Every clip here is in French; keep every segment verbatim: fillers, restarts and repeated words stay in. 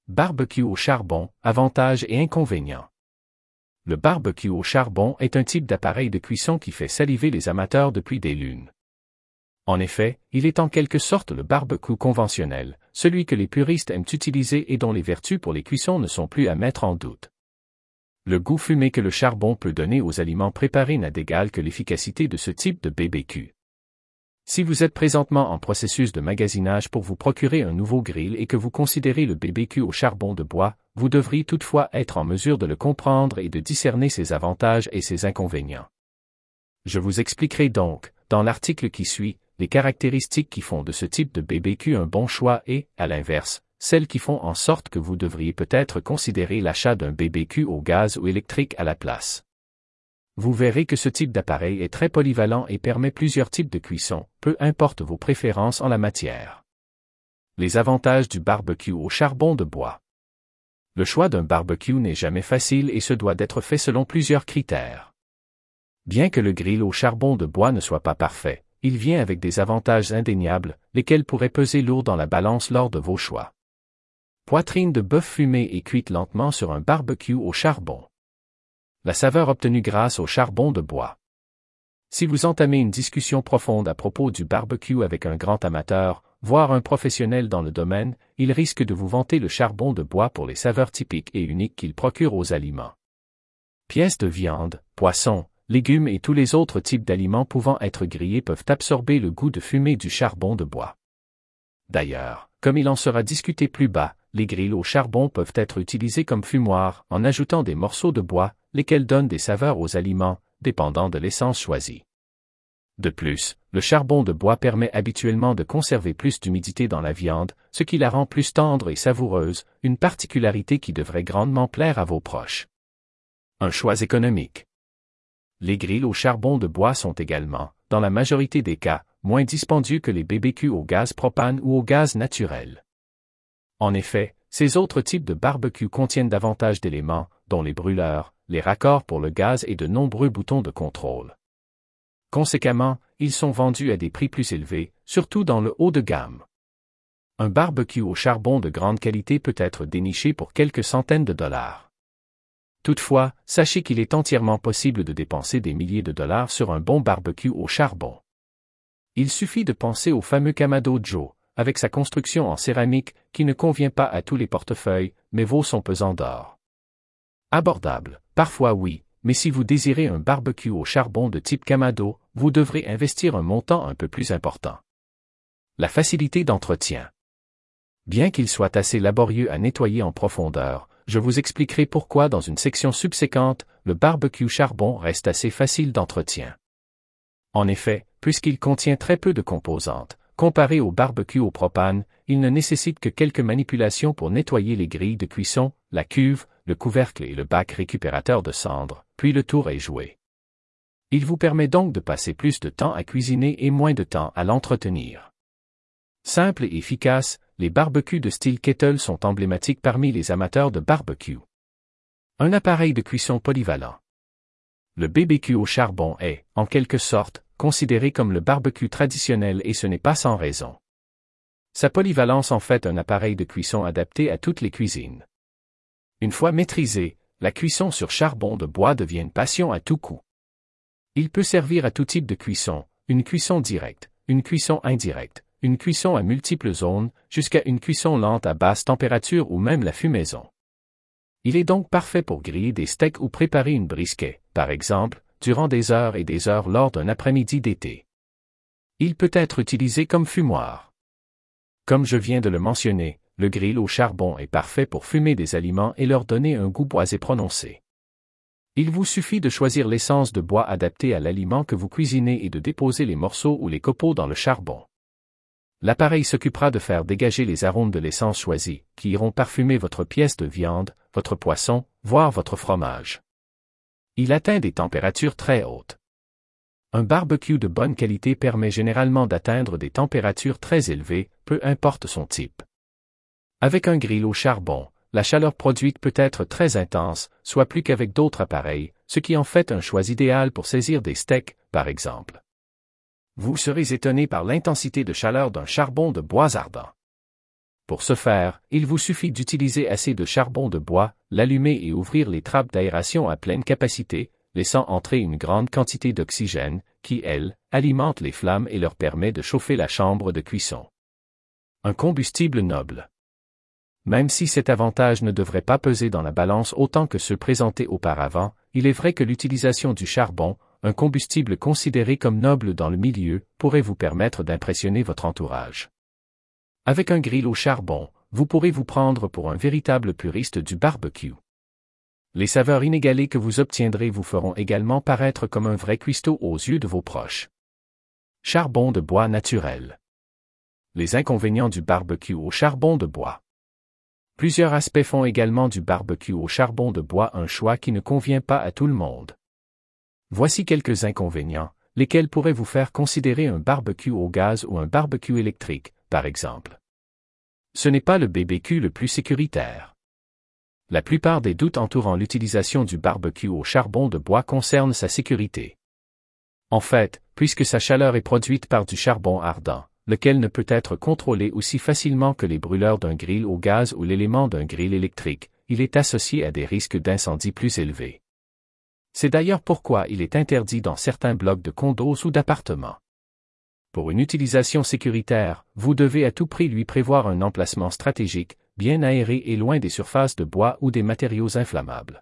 Barbecue au charbon, avantages et inconvénients. Le barbecue au charbon est un type d'appareil de cuisson qui fait saliver les amateurs depuis des lunes. En effet, il est en quelque sorte le barbecue conventionnel, celui que les puristes aiment utiliser et dont les vertus pour les cuissons ne sont plus à mettre en doute. Le goût fumé que le charbon peut donner aux aliments préparés n'a d'égal que l'efficacité de ce type de B B Q. Si vous êtes présentement en processus de magasinage pour vous procurer un nouveau grill et que vous considérez le B B Q au charbon de bois, vous devriez toutefois être en mesure de le comprendre et de discerner ses avantages et ses inconvénients. Je vous expliquerai donc, dans l'article qui suit, les caractéristiques qui font de ce type de B B Q un bon choix et, à l'inverse, celles qui font en sorte que vous devriez peut-être considérer l'achat d'un B B Q au gaz ou électrique à la place. Vous verrez que ce type d'appareil est très polyvalent et permet plusieurs types de cuisson, peu importe vos préférences en la matière. Les avantages du barbecue au charbon de bois. Le choix d'un barbecue n'est jamais facile et se doit d'être fait selon plusieurs critères. Bien que le grill au charbon de bois ne soit pas parfait, il vient avec des avantages indéniables, lesquels pourraient peser lourd dans la balance lors de vos choix. Poitrine de bœuf fumée et cuite lentement sur un barbecue au charbon. La saveur obtenue grâce au charbon de bois. Si vous entamez une discussion profonde à propos du barbecue avec un grand amateur, voire un professionnel dans le domaine, il risque de vous vanter le charbon de bois pour les saveurs typiques et uniques qu'il procure aux aliments. Pièces de viande, poisson, légumes et tous les autres types d'aliments pouvant être grillés peuvent absorber le goût de fumée du charbon de bois. D'ailleurs, comme il en sera discuté plus bas, les grilles au charbon peuvent être utilisés comme fumoirs en ajoutant des morceaux de bois, lesquels donnent des saveurs aux aliments, dépendant de l'essence choisie. De plus, le charbon de bois permet habituellement de conserver plus d'humidité dans la viande, ce qui la rend plus tendre et savoureuse, une particularité qui devrait grandement plaire à vos proches. Un choix économique. Les grilles au charbon de bois sont également, dans la majorité des cas, moins dispendieux que les B B Q au gaz propane ou au gaz naturel. En effet, ces autres types de barbecue contiennent davantage d'éléments, dont les brûleurs, les raccords pour le gaz et de nombreux boutons de contrôle. Conséquemment, ils sont vendus à des prix plus élevés, surtout dans le haut de gamme. Un barbecue au charbon de grande qualité peut être déniché pour quelques centaines de dollars. Toutefois, sachez qu'il est entièrement possible de dépenser des milliers de dollars sur un bon barbecue au charbon. Il suffit de penser au fameux Kamado Joe, avec sa construction en céramique, qui ne convient pas à tous les portefeuilles, mais vaut son pesant d'or. Abordable, parfois oui, mais si vous désirez un barbecue au charbon de type Kamado, vous devrez investir un montant un peu plus important. La facilité d'entretien. Bien qu'il soit assez laborieux à nettoyer en profondeur, je vous expliquerai pourquoi dans une section subséquente, le barbecue charbon reste assez facile d'entretien. En effet, puisqu'il contient très peu de composantes, comparé au barbecue au propane, il ne nécessite que quelques manipulations pour nettoyer les grilles de cuisson, la cuve, le couvercle et le bac récupérateur de cendres, puis le tour est joué. Il vous permet donc de passer plus de temps à cuisiner et moins de temps à l'entretenir. Simple et efficace, les barbecues de style kettle sont emblématiques parmi les amateurs de barbecue. Un appareil de cuisson polyvalent. Le B B Q au charbon est, en quelque sorte, considéré comme le barbecue traditionnel et ce n'est pas sans raison. Sa polyvalence en fait un appareil de cuisson adapté à toutes les cuisines. Une fois maîtrisé, la cuisson sur charbon de bois devient une passion à tout coup. Il peut servir à tout type de cuisson, une cuisson directe, une cuisson indirecte, une cuisson à multiples zones, jusqu'à une cuisson lente à basse température ou même la fumaison. Il est donc parfait pour griller des steaks ou préparer une brisket, par exemple, durant des heures et des heures lors d'un après-midi d'été. Il peut être utilisé comme fumoir. Comme je viens de le mentionner, le grill au charbon est parfait pour fumer des aliments et leur donner un goût boisé prononcé. Il vous suffit de choisir l'essence de bois adaptée à l'aliment que vous cuisinez et de déposer les morceaux ou les copeaux dans le charbon. L'appareil s'occupera de faire dégager les arômes de l'essence choisie, qui iront parfumer votre pièce de viande, votre poisson, voire votre fromage. Il atteint des températures très hautes. Un barbecue de bonne qualité permet généralement d'atteindre des températures très élevées, peu importe son type. Avec un grill au charbon, la chaleur produite peut être très intense, soit plus qu'avec d'autres appareils, ce qui en fait un choix idéal pour saisir des steaks, par exemple. Vous serez étonné par l'intensité de chaleur d'un charbon de bois ardent. Pour ce faire, il vous suffit d'utiliser assez de charbon de bois, l'allumer et ouvrir les trappes d'aération à pleine capacité, laissant entrer une grande quantité d'oxygène, qui, elle, alimente les flammes et leur permet de chauffer la chambre de cuisson. Un combustible noble. Même si cet avantage ne devrait pas peser dans la balance autant que ceux présentés auparavant, il est vrai que l'utilisation du charbon, un combustible considéré comme noble dans le milieu, pourrait vous permettre d'impressionner votre entourage. Avec un grill au charbon, vous pourrez vous prendre pour un véritable puriste du barbecue. Les saveurs inégalées que vous obtiendrez vous feront également paraître comme un vrai cuistot aux yeux de vos proches. Charbon de bois naturel. Les inconvénients du barbecue au charbon de bois. Plusieurs aspects font également du barbecue au charbon de bois un choix qui ne convient pas à tout le monde. Voici quelques inconvénients, lesquels pourraient vous faire considérer un barbecue au gaz ou un barbecue électrique, par exemple. Ce n'est pas le B B Q le plus sécuritaire. La plupart des doutes entourant l'utilisation du barbecue au charbon de bois concernent sa sécurité. En fait, puisque sa chaleur est produite par du charbon ardent, lequel ne peut être contrôlé aussi facilement que les brûleurs d'un grill au gaz ou l'élément d'un grill électrique, il est associé à des risques d'incendie plus élevés. C'est d'ailleurs pourquoi il est interdit dans certains blocs de condos ou d'appartements. Pour une utilisation sécuritaire, vous devez à tout prix lui prévoir un emplacement stratégique, bien aéré et loin des surfaces de bois ou des matériaux inflammables.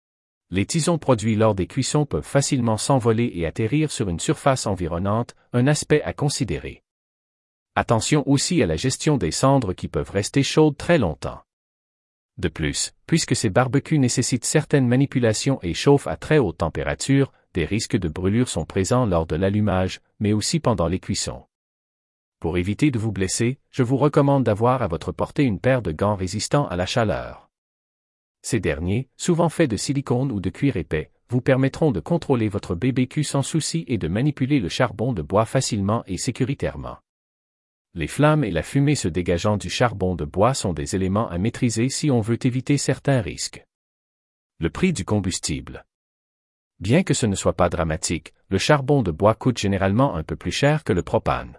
Les tisons produits lors des cuissons peuvent facilement s'envoler et atterrir sur une surface environnante, un aspect à considérer. Attention aussi à la gestion des cendres qui peuvent rester chaudes très longtemps. De plus, puisque ces barbecues nécessitent certaines manipulations et chauffent à très haute température, des risques de brûlure sont présents lors de l'allumage, mais aussi pendant les cuissons. Pour éviter de vous blesser, je vous recommande d'avoir à votre portée une paire de gants résistants à la chaleur. Ces derniers, souvent faits de silicone ou de cuir épais, vous permettront de contrôler votre B B Q sans souci et de manipuler le charbon de bois facilement et sécuritairement. Les flammes et la fumée se dégageant du charbon de bois sont des éléments à maîtriser si on veut éviter certains risques. Le prix du combustible. Bien que ce ne soit pas dramatique, le charbon de bois coûte généralement un peu plus cher que le propane.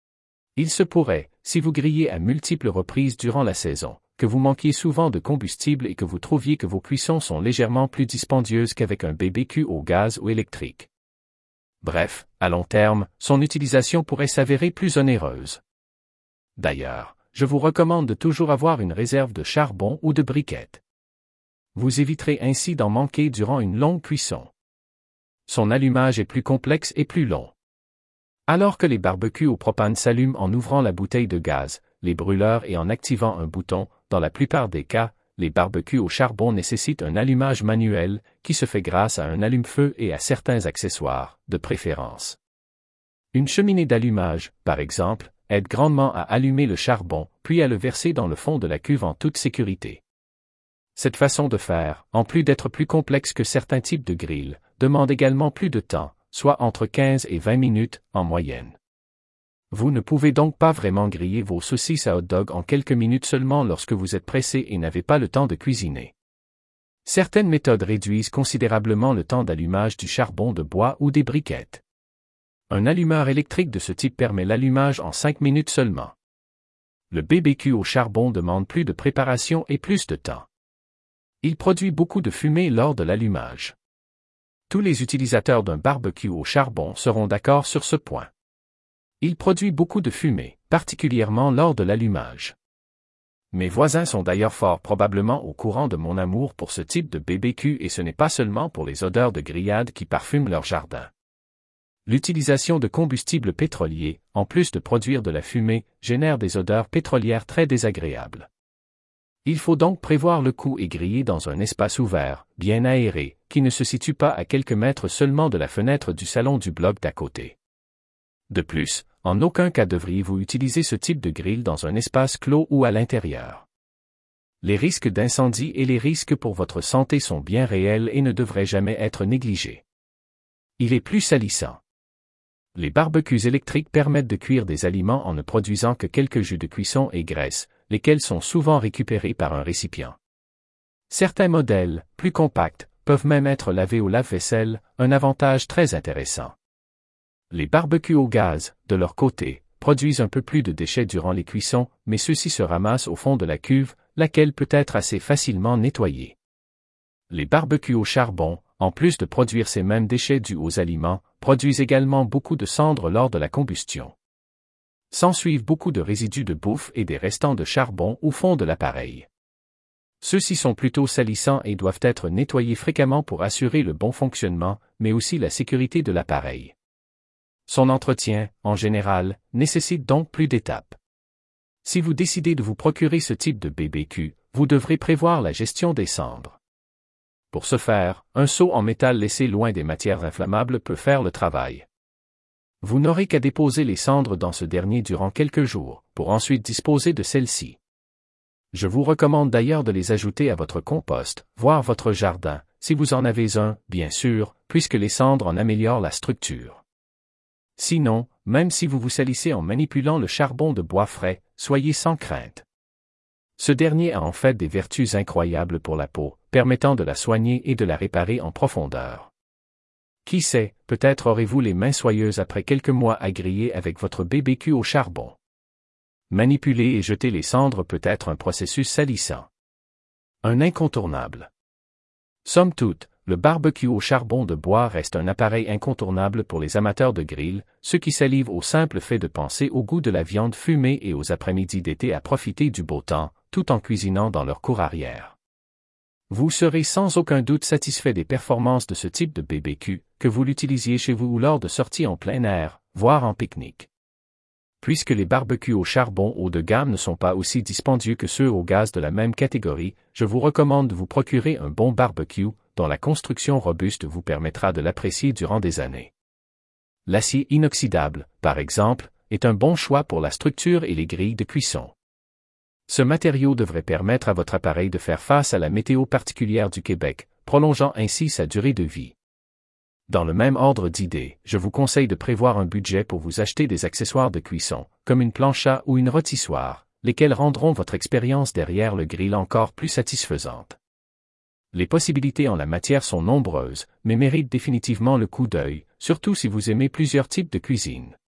Il se pourrait, si vous grillez à multiples reprises durant la saison, que vous manquiez souvent de combustible et que vous trouviez que vos cuissons sont légèrement plus dispendieuses qu'avec un B B Q au gaz ou électrique. Bref, à long terme, son utilisation pourrait s'avérer plus onéreuse. D'ailleurs, je vous recommande de toujours avoir une réserve de charbon ou de briquettes. Vous éviterez ainsi d'en manquer durant une longue cuisson. Son allumage est plus complexe et plus long. Alors que les barbecues au propane s'allument en ouvrant la bouteille de gaz, les brûleurs et en activant un bouton, dans la plupart des cas, les barbecues au charbon nécessitent un allumage manuel, qui se fait grâce à un allume-feu et à certains accessoires, de préférence. Une cheminée d'allumage, par exemple, aide grandement à allumer le charbon, puis à le verser dans le fond de la cuve en toute sécurité. Cette façon de faire, en plus d'être plus complexe que certains types de grilles, demande également plus de temps, soit entre quinze et vingt minutes, en moyenne. Vous ne pouvez donc pas vraiment griller vos saucisses à hot dog en quelques minutes seulement lorsque vous êtes pressé et n'avez pas le temps de cuisiner. Certaines méthodes réduisent considérablement le temps d'allumage du charbon de bois ou des briquettes. Un allumeur électrique de ce type permet l'allumage en cinq minutes seulement. Le B B Q au charbon demande plus de préparation et plus de temps. Il produit beaucoup de fumée lors de l'allumage. Tous les utilisateurs d'un barbecue au charbon seront d'accord sur ce point. Il produit beaucoup de fumée, particulièrement lors de l'allumage. Mes voisins sont d'ailleurs fort probablement au courant de mon amour pour ce type de B B Q et ce n'est pas seulement pour les odeurs de grillade qui parfument leur jardin. L'utilisation de combustibles pétroliers, en plus de produire de la fumée, génère des odeurs pétrolières très désagréables. Il faut donc prévoir le coup et griller dans un espace ouvert, bien aéré, qui ne se situe pas à quelques mètres seulement de la fenêtre du salon du bloc d'à côté. De plus, en aucun cas devriez-vous utiliser ce type de grill dans un espace clos ou à l'intérieur. Les risques d'incendie et les risques pour votre santé sont bien réels et ne devraient jamais être négligés. Il est plus salissant. Les barbecues électriques permettent de cuire des aliments en ne produisant que quelques jus de cuisson et graisse, lesquels sont souvent récupérés par un récipient. Certains modèles, plus compacts, peuvent même être lavés au lave-vaisselle, un avantage très intéressant. Les barbecues au gaz, de leur côté, produisent un peu plus de déchets durant les cuissons, mais ceux-ci se ramassent au fond de la cuve, laquelle peut être assez facilement nettoyée. Les barbecues au charbon, en plus de produire ces mêmes déchets dus aux aliments, produisent également beaucoup de cendres lors de la combustion. S'ensuivent beaucoup de résidus de bouffe et des restants de charbon au fond de l'appareil. Ceux-ci sont plutôt salissants et doivent être nettoyés fréquemment pour assurer le bon fonctionnement, mais aussi la sécurité de l'appareil. Son entretien, en général, nécessite donc plus d'étapes. Si vous décidez de vous procurer ce type de B B Q, vous devrez prévoir la gestion des cendres. Pour ce faire, un seau en métal laissé loin des matières inflammables peut faire le travail. Vous n'aurez qu'à déposer les cendres dans ce dernier durant quelques jours, pour ensuite disposer de celles-ci. Je vous recommande d'ailleurs de les ajouter à votre compost, voire votre jardin, si vous en avez un, bien sûr, puisque les cendres en améliorent la structure. Sinon, même si vous vous salissez en manipulant le charbon de bois frais, soyez sans crainte. Ce dernier a en fait des vertus incroyables pour la peau, permettant de la soigner et de la réparer en profondeur. Qui sait, peut-être aurez-vous les mains soyeuses après quelques mois à griller avec votre B B Q au charbon. Manipuler et jeter les cendres peut être un processus salissant. Un incontournable. Somme toute, le barbecue au charbon de bois reste un appareil incontournable pour les amateurs de grill, ceux qui salivent au simple fait de penser au goût de la viande fumée et aux après-midi d'été à profiter du beau temps, tout en cuisinant dans leur cour arrière. Vous serez sans aucun doute satisfait des performances de ce type de B B Q, que vous l'utilisiez chez vous ou lors de sorties en plein air, voire en pique-nique. Puisque les barbecues au charbon haut de gamme ne sont pas aussi dispendieux que ceux au gaz de la même catégorie, je vous recommande de vous procurer un bon barbecue, dont la construction robuste vous permettra de l'apprécier durant des années. L'acier inoxydable, par exemple, est un bon choix pour la structure et les grilles de cuisson. Ce matériau devrait permettre à votre appareil de faire face à la météo particulière du Québec, prolongeant ainsi sa durée de vie. Dans le même ordre d'idées, je vous conseille de prévoir un budget pour vous acheter des accessoires de cuisson, comme une plancha ou une rôtissoire, lesquels rendront votre expérience derrière le grill encore plus satisfaisante. Les possibilités en la matière sont nombreuses, mais méritent définitivement le coup d'œil, surtout si vous aimez plusieurs types de cuisine.